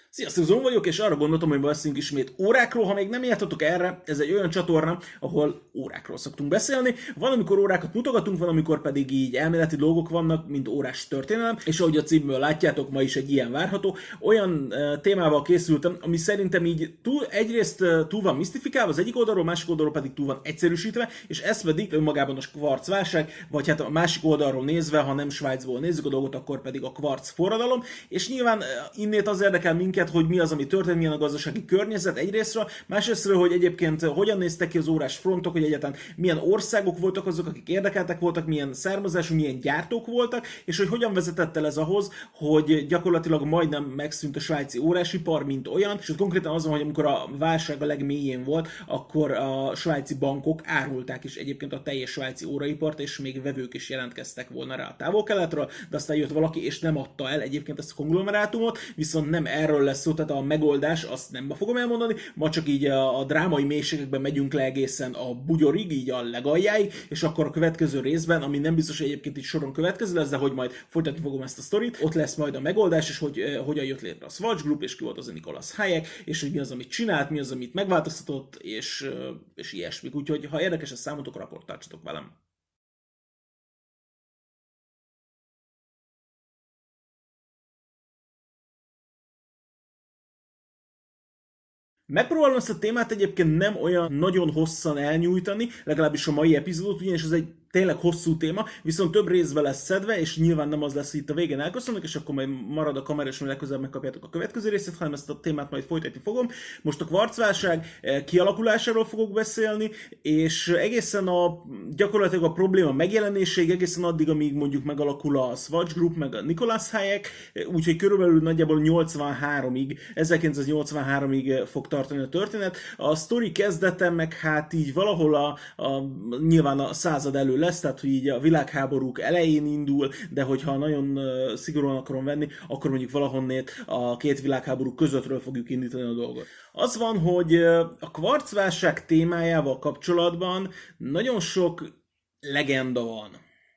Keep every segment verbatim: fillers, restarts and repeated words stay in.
Sziasztok, Zon vagyok, és arra gondoltam, hogy beszélünk ismét órákról. Ha még nem jártatok erre, ez egy olyan csatorna, ahol órákról szoktunk beszélni. Van, amikor órákat mutogatunk, van, amikor pedig így elméleti dolgok vannak, mint órás történelem. És ahogy a címből látjátok, ma is egy ilyen várható. Olyan uh, témával készültem, ami szerintem így túl, egyrészt uh, túl van misztifikálva az egyik oldalról, másik oldalról pedig túl van egyszerűsítve, és ez pedig önmagában a kvarc válság, vagy hát a másik oldalról nézve, ha nem Svájcból nézzük a dolgot, akkor pedig a kvarc forradalom. És nyilván uh, innét az érdekel minket, hogy mi az, ami történt, milyen a gazdasági környezet egyrésztről, másrésztről, hogy egyébként hogyan néztek ki az órás frontok, hogy egyáltalán milyen országok voltak azok, akik érdekeltek voltak, milyen származású, milyen gyártók voltak, és hogy hogyan vezetett el ez ahhoz, hogy gyakorlatilag majdnem megszűnt a svájci órásipar, mint olyan, és ott konkrétan az van, hogy amikor a válság a legmélyén volt, akkor a svájci bankok árulták is egyébként a teljes svájci óraipart, és még vevők is jelentkeztek volna rá a távol-keletről, de aztán jött valaki, és nem adta el egyébként ezt a konglomerátumot, viszont nem erről lesz szó, tehát a megoldás, azt nem fogom elmondani, ma csak így a, a drámai mélységekben megyünk le egészen a bugyorig, így a legaljáig, és akkor a következő részben, ami nem biztos, hogy egyébként itt soron következő lesz, de hogy majd folytatni fogom ezt a sztorit, ott lesz majd a megoldás, és hogy eh, hogyan jött létre a Swatch Group, és ki volt az a Nicholas Hayek, és hogy mi az, amit csinált, mi az, amit megváltoztatott, és, eh, és ilyesmik. Úgyhogy ha érdekes ez számotokra, akkor tartsatok velem. Megpróbálom ezt a témát egyébként nem olyan nagyon hosszan elnyújtani, legalábbis a mai epizódot, ugyanis ez egy tényleg hosszú téma, viszont több részbe lesz szedve, és nyilván nem az lesz, hogy itt a végén elköszönök, és akkor majd marad a kamera, és majd legközelebb megkapjátok a következő részét, hanem ezt a témát majd folytatni fogom. Most a kvarcválság kialakulásáról fogok beszélni, és egészen a gyakorlatilag a probléma megjelenéséig, egészen addig, amíg mondjuk megalakul a Swatch Group, meg a Nicholas Hayek, úgyhogy körülbelül nagyjából nyolcvanháromig, ezerkilencszáznyolcvanháromig fog tartani a történet. A sztori kezdete meg hát így valahol a, a nyilván a század elő lesz, tehát hogy így a világháborúk elején indul, de hogyha nagyon szigorúan akarom venni, akkor mondjuk valahonnét a két világháború közöttről fogjuk indítani a dolgot. Az van, hogy a kvarcválság témájával kapcsolatban nagyon sok legenda van.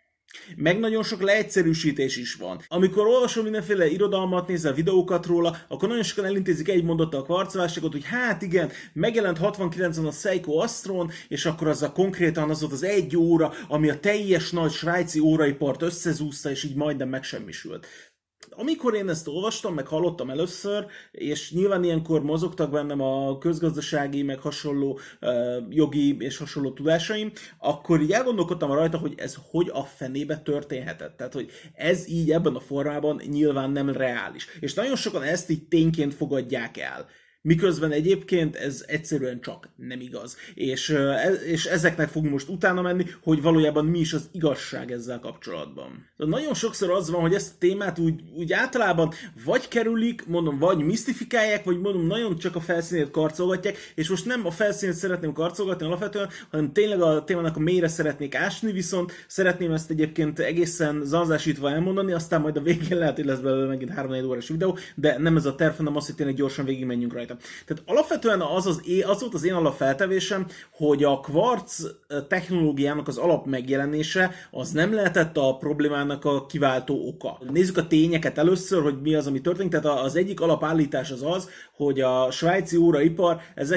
Meg nagyon sok leegyszerűsítés is van. Amikor olvasom mindenféle irodalmat, nézel videókat róla, akkor nagyon sokan elintézik egy mondattal a kvarcválságot, hogy hát igen, megjelent hatvankilencben a Seiko Astron, és akkor az a konkrétan az volt az egy óra, ami a teljes nagy svájci óraipart összezúzta, és így majdnem megsemmisült. Amikor én ezt olvastam, meg hallottam először, és nyilván ilyenkor mozogtak bennem a közgazdasági, meg hasonló uh, jogi és hasonló tudásaim, akkor így elgondolkodtam rajta, hogy ez hogy a fenébe történhetett. Tehát, hogy ez így ebben a formában nyilván nem reális. És nagyon sokan ezt így tényként fogadják el. Miközben egyébként ez egyszerűen csak nem igaz. És, és ezeknek fogunk most utána menni, hogy valójában mi is az igazság ezzel kapcsolatban. De nagyon sokszor az van, hogy ezt a témát úgy, úgy általában vagy kerülik, mondom, vagy misztifikálják, vagy mondom, nagyon csak a felszínét karcolgatják, és most nem a felszínét szeretném karcolgatni alapvetően, hanem tényleg a témának a mélyre szeretnék ásni, viszont szeretném ezt egyébként egészen zanzásítva elmondani, aztán majd a végén lehet, hogy lesz belőle megint három-négy órás videó, de nem ez a terv, hanem az, hogy tényleg gyorsan végigmenjünk rajta. Tehát alapvetően az, az, az volt az én alapfeltevésem, hogy a kvarc technológiának az alap megjelenése az nem lehetett a problémának a kiváltó oka. Nézzük a tényeket először, hogy mi az, ami történt. Tehát az egyik alapállítás az az, hogy a svájci óraipar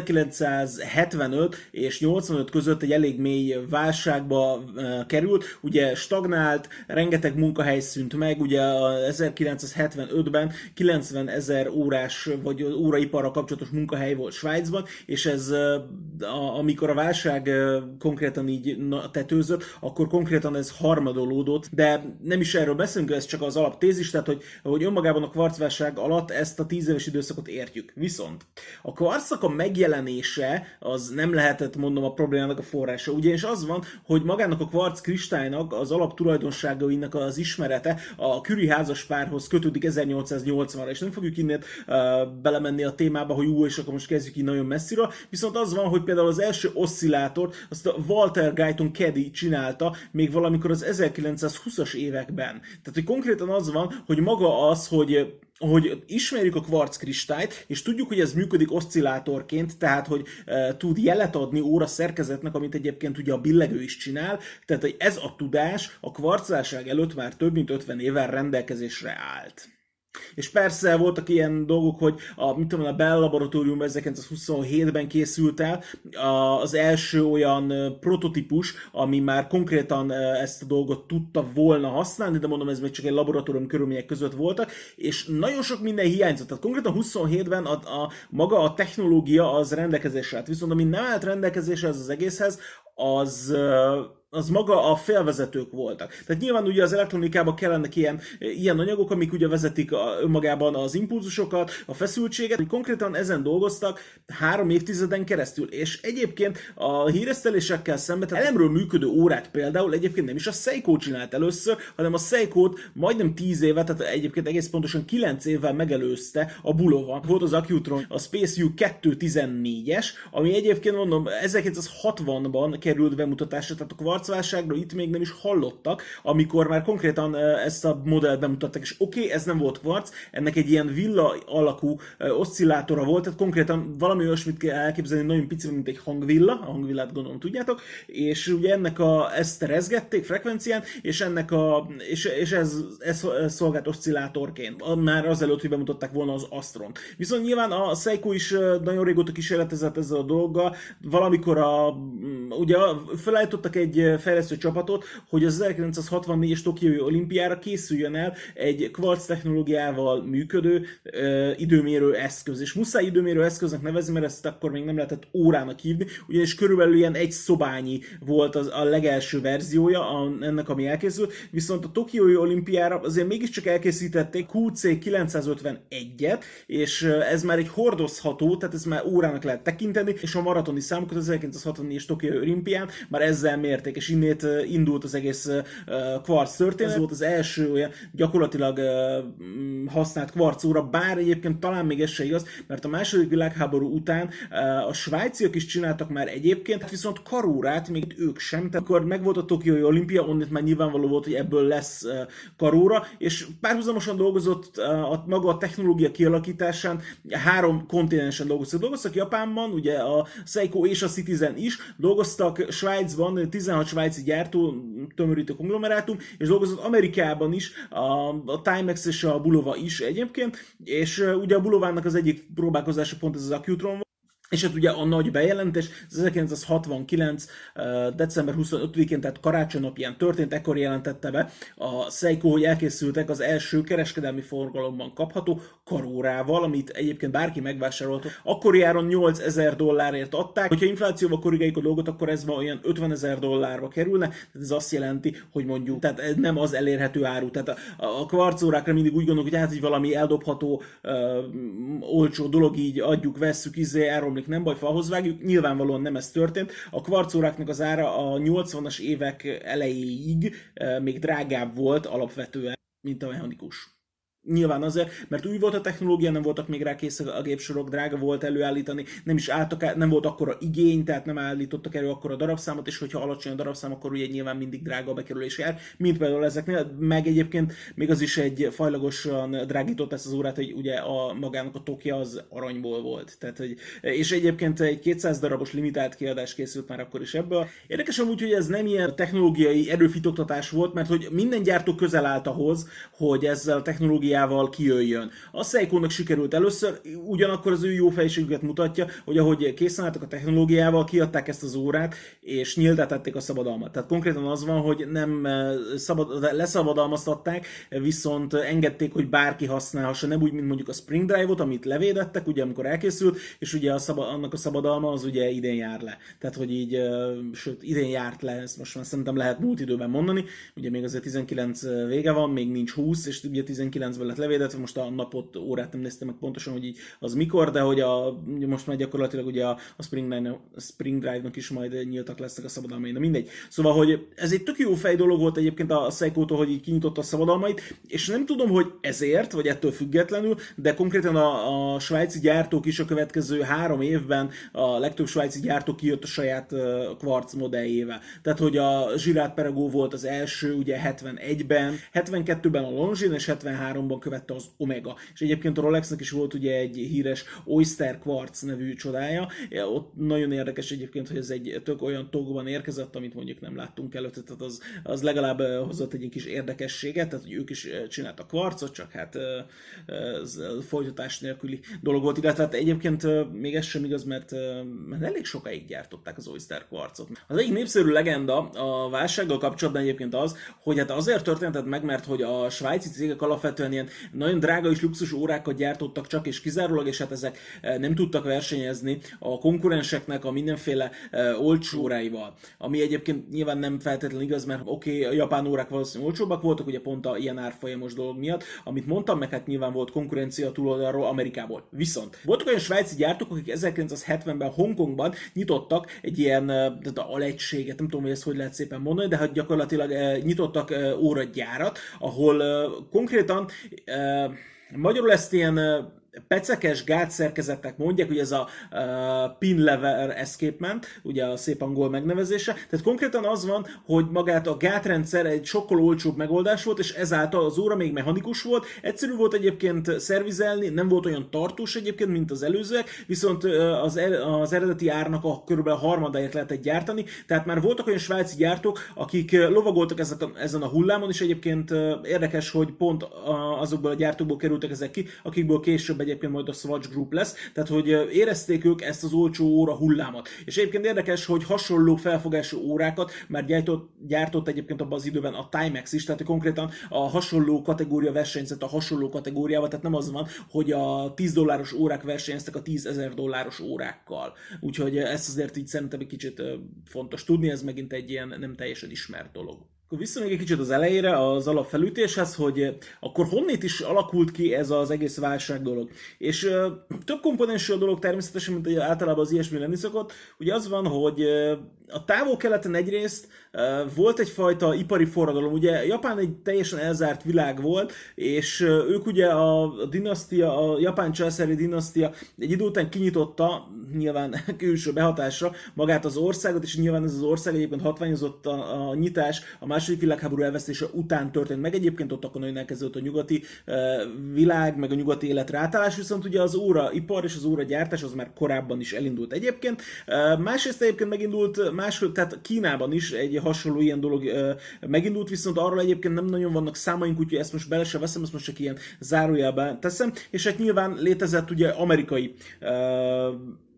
ezerkilencszázhetvenöt és nyolcvanöt között egy elég mély válságba került. Ugye stagnált, rengeteg munkahely szűnt meg, ugye ezerkilencszázhetvenötben kilencvenezer órás vagy óraiparra kapcsolatos munkahely volt Svájcban, és ez amikor a válság konkrétan így tetőzött, akkor konkrétan ez harmadolódott, de nem is erről beszélünk, ez csak az alaptézis, tehát hogy, hogy önmagában a kvarcválság alatt ezt a tíz éves időszakot értjük. Viszont a kvarcnak a megjelenése az nem lehetett, mondom, a problémának a forrása. Ugyanis az van, hogy magának a kvarc kristálynak az alaptulajdonságainak az ismerete a Curie házaspárhoz kötődik ezernyolcszáznyolcvanra, és nem fogjuk innen uh, belemenni a témába, hogy ú, és akkor most kezdjük így nagyon messziről, viszont az van, hogy például az első oszcillátort azt a Walter Guyton Caddy csinálta még valamikor az ezerkilencszázhúszas években. Tehát, hogy konkrétan az van, hogy maga az, hogy hogy ismerjük a kvarc kristályt, és tudjuk, hogy ez működik oszcillátorként, tehát, hogy e, tud jelet adni óra szerkezetnek, amit egyébként ugye a billegő is csinál, tehát, hogy ez a tudás a kvarcválság előtt már több mint ötven évvel rendelkezésre állt. És persze voltak ilyen dolgok, hogy a, mit tudom, a Bell Laboratórium ezerkilencszázhuszonhétben készült el az első olyan prototípus, ami már konkrétan ezt a dolgot tudta volna használni, de mondom, ez még csak egy laboratórium körülmények között voltak, és nagyon sok minden hiányzott. Tehát konkrétan huszonhétben a, a, maga a technológia az rendelkezésre állt. Viszont ami nem állt rendelkezésre az, az egészhez, az... az maga a félvezetők voltak. Tehát nyilván ugye az elektronikában kellenek ilyen, ilyen anyagok, amik ugye vezetik a, önmagában az impulzusokat, a feszültséget, hogy konkrétan ezen dolgoztak három évtizeden keresztül. És egyébként a híresztelésekkel szemben, tehát elemről működő órát például egyébként nem is a Seiko csinált először, hanem a Seikót majdnem tíz éve, tehát egyébként egész pontosan kilenc évvel megelőzte a Bulova. Volt az Accutron, a SpaceView kétszáztizennégyes, ami egyébként mondom ezerkilencszázhatvanban került bemutatásra, tehát a kvarcválságról itt még nem is hallottak, amikor már konkrétan ezt a modellt bemutatták, és oké, okay, ez nem volt kvarc, ennek egy ilyen villa alakú oszcillátora volt, tehát konkrétan valami olyasmit kell elképzelni, nagyon pici, mint egy hangvilla, a hangvillát gondolom tudjátok, és ugye ennek a, ezt rezgették frekvencián, és ennek a, és, és ez, ez szolgált oszcillátorként, már azelőtt, hogy bemutatták volna az Astron. Viszont nyilván a Seiko is nagyon régóta kísérletezett ezzel a dolggal, valamikor a, ugye felállítottak egy fejlesztő csapatot, hogy az ezerkilencszázhatvannégyes Tokiói olimpiára készüljön el egy kvarc technológiával működő ö, időmérő eszköz. És muszáj időmérő eszköznek nevezni, mert ezt akkor még nem lehetett órának hívni, ugyanis körülbelül ilyen egy szobányi volt az, a legelső verziója a, ennek, ami elkészült, viszont a Tokiói olimpiára azért mégiscsak elkészítették Q C kilencszázötvenegyet, és ez már egy hordozható, tehát ez már órának lehet tekinteni, és a maratoni számokat az ezerkilencszázhatvannégyes Tokiói olimpián már ezzel mérték, és innét indult az egész kvarc történet. Ez volt az első olyan gyakorlatilag használt kvarcóra, bár egyébként talán még ez se igaz, mert a második világháború után a svájciak is csináltak már egyébként, viszont karórát még ők sem. Tehát akkor megvolt a Tokiói olimpia, onnét már nyilvánvaló volt, hogy ebből lesz karóra, és párhuzamosan dolgozott a maga a technológia kialakításán, három kontinensen dolgoztak. Dolgoztak Japánban, ugye a Seiko és a Citizen is, dolgoztak Svájcban, tizenhat svájci gyártó tömörítő konglomerátum, és dolgozott Amerikában is, a, a Timex és a Bulova is egyébként, és uh, ugye a Bulovának az egyik próbálkozása pont ez az Accutron volt, és hát ugye a nagy bejelentés, az ezerkilencszázhatvankilenc. december huszonötödikén, tehát karácsony napján történt, ekkor jelentette be a Seiko, hogy elkészültek az első kereskedelmi forgalomban kapható karórával, amit egyébként bárki megvásárolt. Akkori áron nyolcezer dollárért adták, hogyha inflációval korrigáljuk a dolgot, akkor ez ma olyan ötvenezer dollárba kerülne, tehát ez azt jelenti, hogy mondjuk, tehát ez nem az elérhető áru, tehát a, a kvarcórákra mindig úgy gondolok, hogy hát, hogy valami eldobható, uh, olcsó dolog, így adjuk, vesszük, izé, elromlik, nem baj, falhoz vágjuk, nyilvánvalóan nem ez történt. A kvarcóráknak az ára a nyolcvanas évek elejéig még drágább volt alapvetően, mint a mechanikus. Nyilván azért, mert új volt a technológia, nem voltak még rá kész a gépsorok, drága volt előállítani, nem is álltak, nem volt akkora igény, tehát nem állítottak elő akkora darabszámot, és hogyha alacsony a darabszám, akkor ugye nyilván mindig drága a bekerülés jár, mint például ezeknél, meg egyébként még az is egy fajlagosan drágított ezt az órát, hogy ugye a magának a tokja az aranyból volt. Tehát, hogy, és egyébként egy kétszáz darabos limitált kiadás készült már akkor is ebből. Érdekes amúgy, hogy ez nem ilyen technológiai erőfitoktatás volt, mert hogy minden gyártó közel állt ahhoz, hogy ezzel a technológiával kijöjjön. A Seikónak sikerült először, ugyanakkor az ő jó fejségüket mutatja, hogy ahogy készen álltak a technológiával, kiadták ezt az órát, és nyíltá tették a szabadalmat. Tehát konkrétan az van, hogy nem szabad, leszabadalmaztatták, viszont engedték, hogy bárki használhassa, nem úgy, mint mondjuk a Spring Drive-ot, amit levédettek, ugye amikor elkészült, és ugye a szabad, annak a szabadalma az ugye idén jár le. Tehát, hogy így, sőt, idén járt le, ezt most már szerintem lehet múlt időben mondani, ugye még azért tizenkilenc vége van, még nincs húsz, és ugye tizenkilencben lett levédetve, most a napot, órát nem néztem meg pontosan, hogy így az mikor, de hogy a, most már gyakorlatilag ugye a, a Spring Drive-nak, Spring Drive-nak is majd nyíltak lesznek a szabadalmai, na mindegy. Szóval, hogy ez egy tök jó fej dolog volt egyébként a Seikótól, hogy így kinyitotta a szabadalmait, és nem tudom, hogy ezért, vagy ettől függetlenül, de konkrétan a, a svájci gyártók is a következő három évben, a legtöbb svájci gyártó kijött a saját uh, kvarc modelljével. Tehát, hogy a Girard Perregaux volt az első, ugye hetvenegyben, hetvenkettőben a Longines és hetvenháromban nyomon követte az Omega. És egyébként a Rolexnek is volt ugye egy híres Oyster Quartz nevű csodája, ott nagyon érdekes egyébként, hogy ez egy tök olyan togban érkezett, amit mondjuk nem láttunk előtte, tehát az, az legalább hozott egy kis érdekességet, tehát hogy ők is csináltak kvarcot, csak hát ez folytatás nélküli dolog volt, illetve hát egyébként még ez sem igaz, mert, mert elég sokáig gyártották az Oyster Quartzot. Az egyik népszerű legenda a válsággal kapcsolatban egyébként az, hogy hát azért történt meg, mert hogy a svájci cégek alapvetően ilyen nagyon drága és luxus órákat gyártottak csak és kizárólag, és hát ezek nem tudtak versenyezni a konkurenseknek a mindenféle olcsó óráival. Ami egyébként nyilván nem feltétlenül igaz, mert oké, okay, a japán órák valószínűleg olcsóbbak voltak, ugye pont a ilyen árfolyamos dolog miatt, amit mondtam, meg hát nyilván volt konkurencia túloldalról Amerikából. Viszont voltak olyan svájci gyártók, akik ezerkilencszázhetvenben Hongkongban nyitottak egy ilyen alegységet, nem tudom, hogy ezt hogy lehet szépen mondani, de hát gyakorlatilag nyitottak óragyárat, ahol konkrétan magyarul ezt ilyen pecekes gátszerkezetnek mondják, ugye ez a uh, pin lever escapement, ugye a szép angol megnevezése. Tehát konkrétan az van, hogy magát a gátrendszer egy sokkal olcsóbb megoldás volt, és ezáltal az óra még mechanikus volt. Egyszerű volt egyébként szervizelni, nem volt olyan tartós egyébként, mint az előzőek, viszont az, er, az eredeti árnak a körülbelül harmadáért lehetett gyártani. Tehát már voltak olyan svájci gyártók, akik lovagoltak ezen a hullámon, és egyébként érdekes, hogy pont azokból a gyártókból kerültek ezek ki, akikből később egyébként majd a Swatch Group lesz, tehát hogy érezték ők ezt az olcsó óra hullámot. És egyébként érdekes, hogy hasonló felfogású órákat már gyártott, gyártott egyébként abban az időben a Timex is, tehát konkrétan a hasonló kategória versenyzett a hasonló kategóriával, tehát nem az van, hogy a tíz dolláros órák versenyeztek a tízezer dolláros órákkal. Úgyhogy ezt azért így szerintem egy kicsit fontos tudni, ez megint egy ilyen nem teljesen ismert dolog. Akkor vissza még egy kicsit az elejére, az alapfelütéshez, hogy akkor honnét is alakult ki ez az egész válság dolog. És uh, több komponensű a dolog természetesen, mint hogy általában az ilyesmi lenni szokott. Ugye az van, hogy uh, a távol-keleten egyrészt uh, volt egyfajta ipari forradalom. Ugye Japán egy teljesen elzárt világ volt, és uh, ők ugye a dinasztia, a japán császári dinasztia egy idő után kinyitotta, nyilván külső behatásra magát az országot, és nyilván ez az ország egyébként hatványozott a, a nyitás, a második világháború elvesztése után történt meg. Egyébként ott akkor nagyon elkezdődött a nyugati uh, világ, meg a nyugati életre átállás, viszont ugye az óraipar és az óragyártás az már korábban is elindult egyébként. Uh, másrészt egyébként megindult, máshol, tehát Kínában is egy hasonló ilyen dolog uh, megindult, viszont arról egyébként nem nagyon vannak számaink, úgyhogy ezt most bele sem veszem, ezt most csak ilyen zárójelben teszem, és hát nyilván létezett ugye amerikai uh,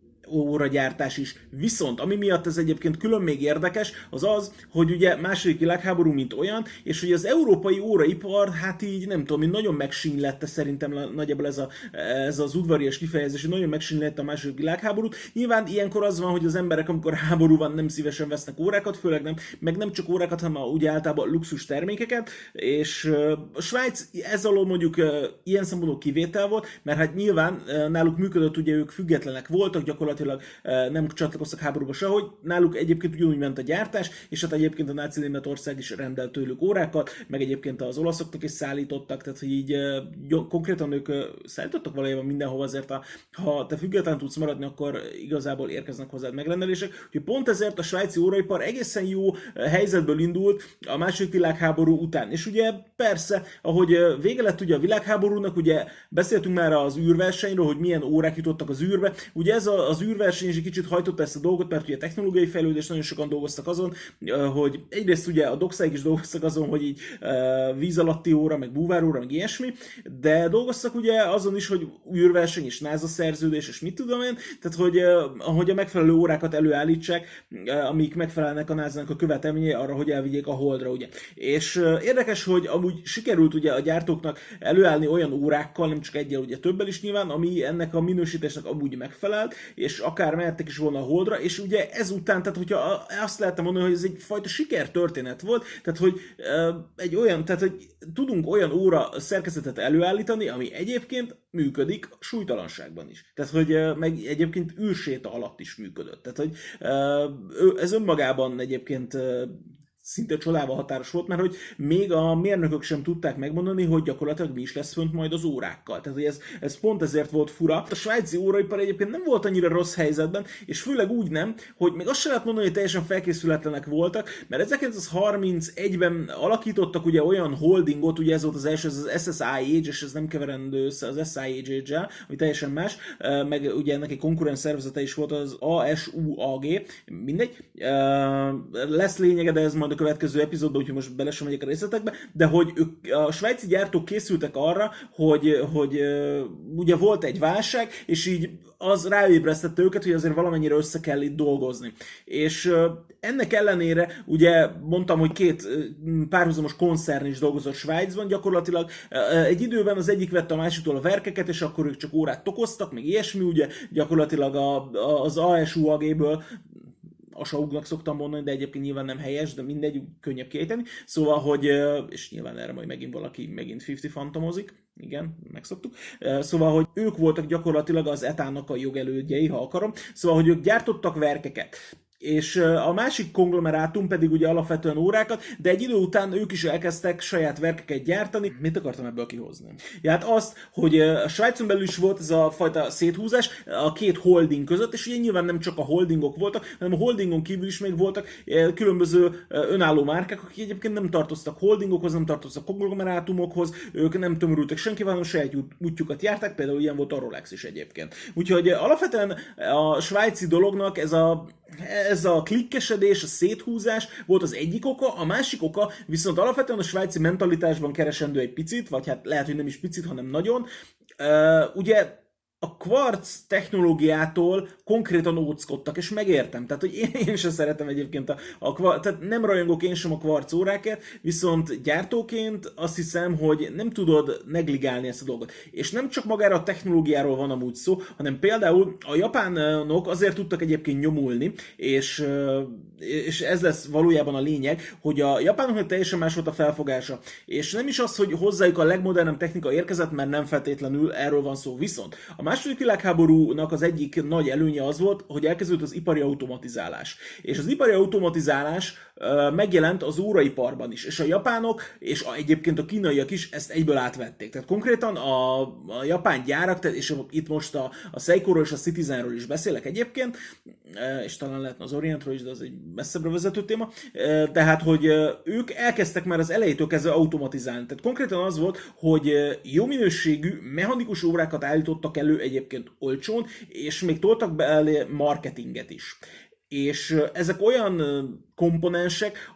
óragyártás is. Viszont, ami miatt ez egyébként külön még érdekes, az az, hogy ugye második világháború mint olyan, és hogy az európai óraipar, hát így nem tudom, nagyon megsínylette szerintem nagyjából ez, a, ez az udvarias kifejezés, hogy nagyon megsínylette a második világháborút. Nyilván ilyenkor az van, hogy az emberek, amikor háború van, nem szívesen vesznek órákat, főleg nem, meg nem csak órákat, hanem ugye általában luxus termékeket, és a Svájc ez alól mondjuk ilyen szempontból kivétel volt, mert hát nyilván náluk működött, ugye ők függetlenek voltak, gyakorlatilag nem csatlakoztak háborúba sehogy. Náluk egyébként ugyanúgy ment a gyártás, és hát egyébként a náci Németország is rendelt tőlük órákat, meg egyébként az olaszoknak is szállítottak, tehát hogy így konkrétan ők szállítottak valójában mindenhova, azért a, ha te független tudsz maradni, akkor igazából érkeznek hozzád megrendelések. Úgyhogy pont ezért a svájci óraipar egészen jó helyzetből indult a második világháború után. És ugye persze, ahogy vége lett ugye a világháborúnak, ugye beszéltünk már az űrversenyről, hogy milyen órák jutottak az űrbe. Ugye ez a, az űrverseny is egy kicsit hajtotta ezt a dolgot, mert ugye technológiai fejlődés, nagyon sokan dolgoztak azon, hogy egyrészt ugye a dokszáik is dolgoztak azon, hogy így víz alatti óra, meg búváróra, meg ilyesmi, de dolgoztak ugye azon is, hogy űrverseny és NASA szerződés, és mit tudom én, tehát hogy, hogy a megfelelő órákat előállítsák, amik megfelelnek a nászának a követelményei arra, hogy elvigyék a Holdra, ugye. És érdekes, hogy amúgy sikerült ugye a gyártóknak előállni olyan órákkal, nem csak egyel, ugye többel is nyilván, ami ennek a minősítésnek amúgy megfelelt, és akár mehettek is volna a Holdra, és ugye ezután, tehát hogyha azt lehetne mondani, hogy ez egy fajta sikertörténet volt, tehát hogy egy olyan, tehát hogy tudunk olyan óra szerkezetet előállítani, ami egyébként működik súlytalanságban is. Tehát, hogy meg egyébként űrséta alatt is működött. Tehát, hogy ez önmagában egyébként szinte csodával határos volt, mert hogy még a mérnökök sem tudták megmondani, hogy gyakorlatilag mi is lesz fönt majd az órákkal. Tehát ez, ez pont ezért volt fura. A svájci óraipar egyébként nem volt annyira rossz helyzetben, és főleg úgy nem, hogy még azt sem lehet mondani, hogy teljesen felkészületlenek voltak, mert ezerkilencszázharmincegyben alakítottak ugye olyan holdingot, ugye ez volt az első, ez az es es i és ez nem keverendő össze az es i á-el, ami teljesen más, meg ugye ennek egy konkurens szervezete is volt, az á es u á gé, mindegy. Lesz lényege, de ez majd a következő epizódban, úgyhogy most bele sem megyek a részletekbe, de hogy ők, a svájci gyártók készültek arra, hogy, hogy ugye volt egy válság, és így az ráébresztette őket, hogy azért valamennyire össze kell itt dolgozni. És ennek ellenére, ugye mondtam, hogy két párhuzamos koncern is dolgozott Svájcban, gyakorlatilag egy időben az egyik vette a másiktól a verkeket, és akkor ők csak órát tokoztak, meg ilyesmi, ugye gyakorlatilag a, az á es u á géből a saugnak szoktam mondani, de egyébként nyilván nem helyes, de mindegy, könnyebb kiejteni. Szóval, hogy, és nyilván erre majd megint valaki megint ötven fantomozik, igen, megszoktuk. Szóval, hogy ők voltak gyakorlatilag az etának a jogelődjei, ha akarom. Szóval, hogy ők gyártottak verkeket. És a másik konglomerátum pedig ugye alapvetően órákat, de egy idő után ők is elkezdtek saját verkeket gyártani. Mit akartam ebből kihozni? Ja, hát azt, hogy a Svájcon belül is volt ez a fajta széthúzás a két holding között, és ugye nyilván nem csak a holdingok voltak, hanem a holdingon kívül is még voltak különböző önálló márkák, akik egyébként nem tartoztak holdingokhoz, nem tartoztak konglomerátumokhoz, ők nem tömörültek senkivel, hanem saját útjukat járták, például ilyen volt a Rolex is egyébként. Úgyhogy alapvetően a svájci dolognak ez a Ez a klikkesedés, a széthúzás volt az egyik oka, a másik oka viszont alapvetően a svájci mentalitásban keresendő egy picit, vagy hát lehet, hogy nem is picit, hanem nagyon. Uh, ugye a kvarc technológiától konkrétan óckodtak, és megértem. Tehát, hogy én, én sem szeretem egyébként a, a kvarc, tehát nem rajongok én sem a kvarc órákért, viszont gyártóként azt hiszem, hogy nem tudod negligálni ezt a dolgot. És nem csak magára a technológiáról van amúgy szó, hanem például a japánok azért tudtak egyébként nyomulni, és, és ez lesz valójában a lényeg, hogy a japánoknak teljesen más volt a felfogása. És nem is az, hogy hozzájuk a legmodernebb technika érkezett, mert nem feltétlenül erről van szó. Viszont a második világháborúnak az egyik nagy előnye az volt, hogy elkezdődött az ipari automatizálás. És az ipari automatizálás uh, megjelent az óraiparban is. És a japánok, és a, egyébként a kínaiak is ezt egyből átvették. Tehát konkrétan a, a japán gyárak, tehát, és itt most a, a Seikoról és a Citizenről is beszélek egyébként, uh, és talán lehetne az Orientről is, de az egy messzebbre vezető téma. Uh, tehát, hogy uh, ők elkezdtek már az elejétől kezdve automatizálni. Tehát konkrétan az volt, hogy uh, jó minőségű mechanikus órákat állítottak elő egyébként olcsón, és még toltak be marketinget is. És ezek olyan komponensek,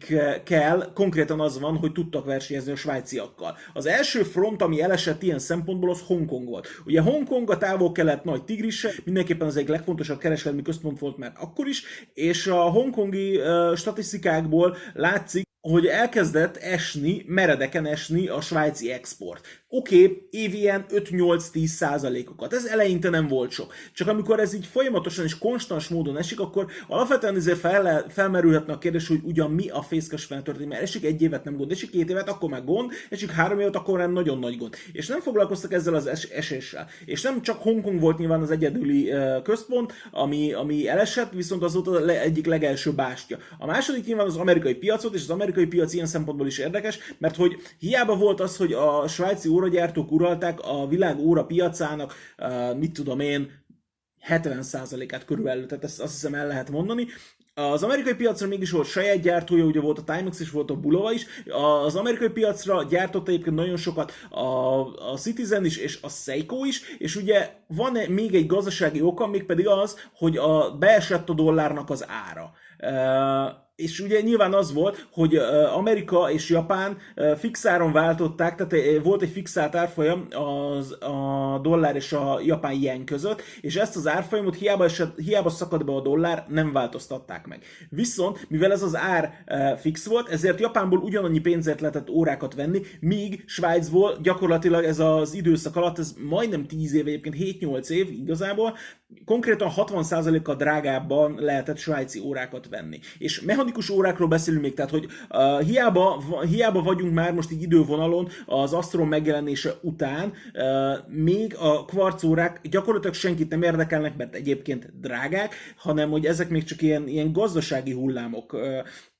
amikkel konkrétan az van, hogy tudtak versenyezni a svájciakkal. Az első front, ami elesett ilyen szempontból, az Hongkong volt. Ugye Hongkong a távol-kelet nagy tigrise, mindenképpen az egyik legfontosabb kereskedelmi központ volt már akkor is, és a hongkongi uh, statisztikákból látszik, hogy elkezdett esni, meredeken esni a svájci export. Oké, okay, évi ilyen öt-nyolc-tíz százalékokat. Ez eleinte nem volt sok. Csak amikor ez így folyamatosan és konstans módon esik, akkor alapvetően azért fel, felmerülhetne a kérdés, hogy ugyan mi a fészkes feltörténik, mert esik egy évet nem gond, esik két évet, akkor már gond, esik három évet, akkor már nagyon nagy gond. És nem foglalkoztak ezzel az es- eséssel. És nem csak Hongkong volt nyilván az egyedüli uh, központ, ami, ami elesett, viszont az volt az le- egyik legelső bástya. A második nyilván az amerikai piacot, és az amerikai piac ilyen szempontból is érdekes, mert hogy hiába volt az, hogy a svájci óragyártók uralták a világ óra piacának, uh, mit tudom én, hetven százalékát körülbelül, tehát ezt azt hiszem el lehet mondani. Az amerikai piacra mégis volt saját gyártója, ugye volt a Timex és volt a Bulova is. Az amerikai piacra gyártott egyébként nagyon sokat a, a Citizen is és a Seiko is, és ugye van még egy gazdasági oka, mégpedig az, hogy a, beesett a dollárnak az ára. Uh, és ugye nyilván az volt, hogy Amerika és Japán fixáron váltották, tehát volt egy fixált árfolyam az, a dollár és a japán yen között, és ezt az árfolyamot hiába, esett, hiába szakadt be a dollár, nem változtatták meg. Viszont, mivel ez az ár fix volt, ezért Japánból ugyanannyi pénzért lehetett órákat venni, míg Svájcból gyakorlatilag ez az időszak alatt, ez majdnem tíz év, egyébként hét-nyolc év igazából, konkrétan hatvan százalékkal drágábban lehetett svájci órákat venni. És mechanikus órákról beszélünk még, tehát hogy uh, hiába, hiába vagyunk már most így idővonalon az Astron megjelenése után, uh, még a kvarcórák gyakorlatilag senkit nem érdekelnek, mert egyébként drágák, hanem hogy ezek még csak ilyen, ilyen gazdasági hullámok. Uh,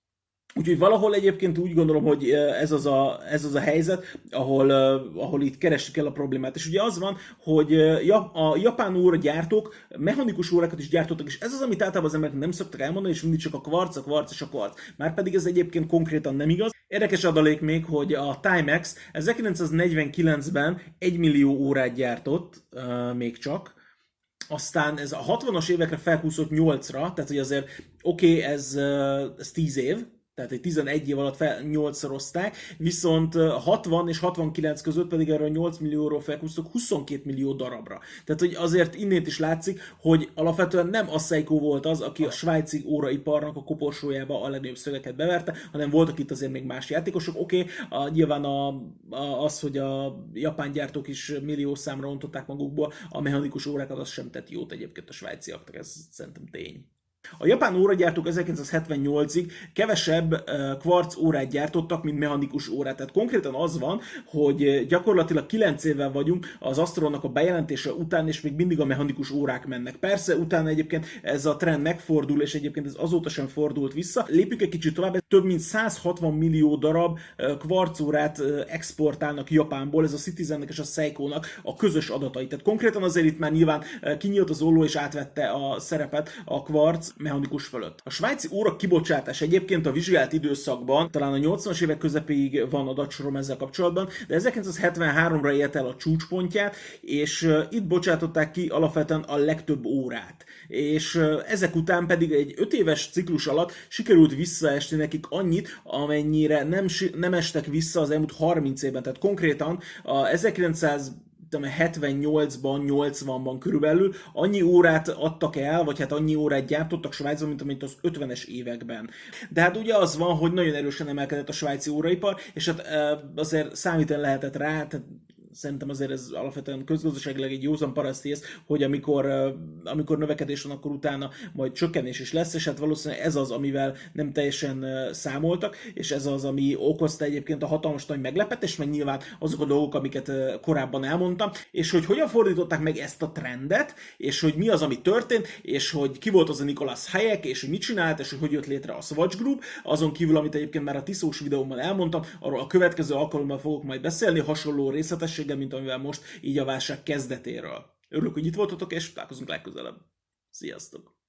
Úgyhogy valahol egyébként úgy gondolom, hogy ez az a, ez az a helyzet, ahol, ahol itt keresik el a problémát. És ugye az van, hogy a japán óragyártók mechanikus órákat is gyártottak, és ez az, amit általában az emberek nem szoktak elmondani, és mindig csak a kvarc, a kvarc és a kvarc. Márpedig ez egyébként konkrétan nem igaz. Érdekes adalék még, hogy a Timex ezerkilencszáznegyvenkilencben egy millió órát gyártott, uh, még csak, aztán ez a hatvanas évekre felkúszott nyolcra, tehát hogy azért oké, okay, ez, ez tíz év, tehát egy tizenegy év alatt fel, nyolcszorozták, viszont hatvan és hatvankilenc között pedig erről nyolc millióról felkúsztak huszonkét millió darabra. Tehát hogy azért innét is látszik, hogy alapvetően nem a Seiko volt az, aki a svájci óraiparnak a koporsójába a legnagyobb szögeket beverte, hanem voltak itt azért még más játékosok. Oké, okay, nyilván a, a, az, hogy a japán gyártók is millió számra ontották magukból a mechanikus órákat, az sem tett jót egyébként a svájciaknak, ez szerintem tény. A japán óragyártók ezerkilencszázhetvennyolcig kevesebb uh, kvarc órát gyártottak, mint mechanikus órát. Tehát konkrétan az van, hogy gyakorlatilag kilenc évvel vagyunk az Astronnak a bejelentése után, és még mindig a mechanikus órák mennek. Persze utána egyébként ez a trend megfordul, és egyébként ez azóta sem fordult vissza. Lépjük egy kicsit tovább, több mint száz hatvan millió darab uh, kvarcórát uh, exportálnak Japánból, ez a Citizennek és a Seikónak a közös adatai. Tehát konkrétan azért itt már nyilván uh, kinyílt az olló és átvette a szerepet a kvarc mechanikus fölött. A svájci óra kibocsátás egyébként a vizsgált időszakban, talán a nyolcvanas évek közepéig van adatsorom ezzel kapcsolatban, de ezerkilencszázhetvenháromra ért el a csúcspontját, és uh, itt bocsátották ki alapvetően a legtöbb órát. És uh, ezek után pedig egy öt éves ciklus alatt sikerült visszaesni nekik annyit, amennyire nem, nem estek vissza az elmúlt harminc évben. Tehát konkrétan a ezerkilencszázhetvennyolcban, nyolcvanban körülbelül annyi órát adtak el, vagy hát annyi órát gyártottak Svájcban, mint amit az ötvenes években. De hát ugye az van, hogy nagyon erősen emelkedett a svájci óraipar, és hát azért számítani lehetett rá, tehát szerintem azért ez alapvetően közgazdaságilag egy józan paraszti ez, hogy amikor, amikor növekedés van, akkor utána majd csökkenés is lesz, és hát valószínűleg ez az, amivel nem teljesen számoltak, és ez az, ami okozta egyébként a hatalmas nagy meglepetést, meg nyilván azok a dolgok, amiket korábban elmondtam, és hogy hogyan fordították meg ezt a trendet, és hogy mi az, ami történt, és hogy ki volt az a Nicholas Hayek, és hogy mit csinált, és hogy hogy jött létre a Swatch Group, azon kívül, amit egyébként már a Tiszós videómban elmondtam, arról a következő alkalommal fogok majd beszélni, hasonló részletességgel, mint amivel most így a válság kezdetéről. Örülök, hogy itt voltatok, és találkozunk legközelebb. Sziasztok!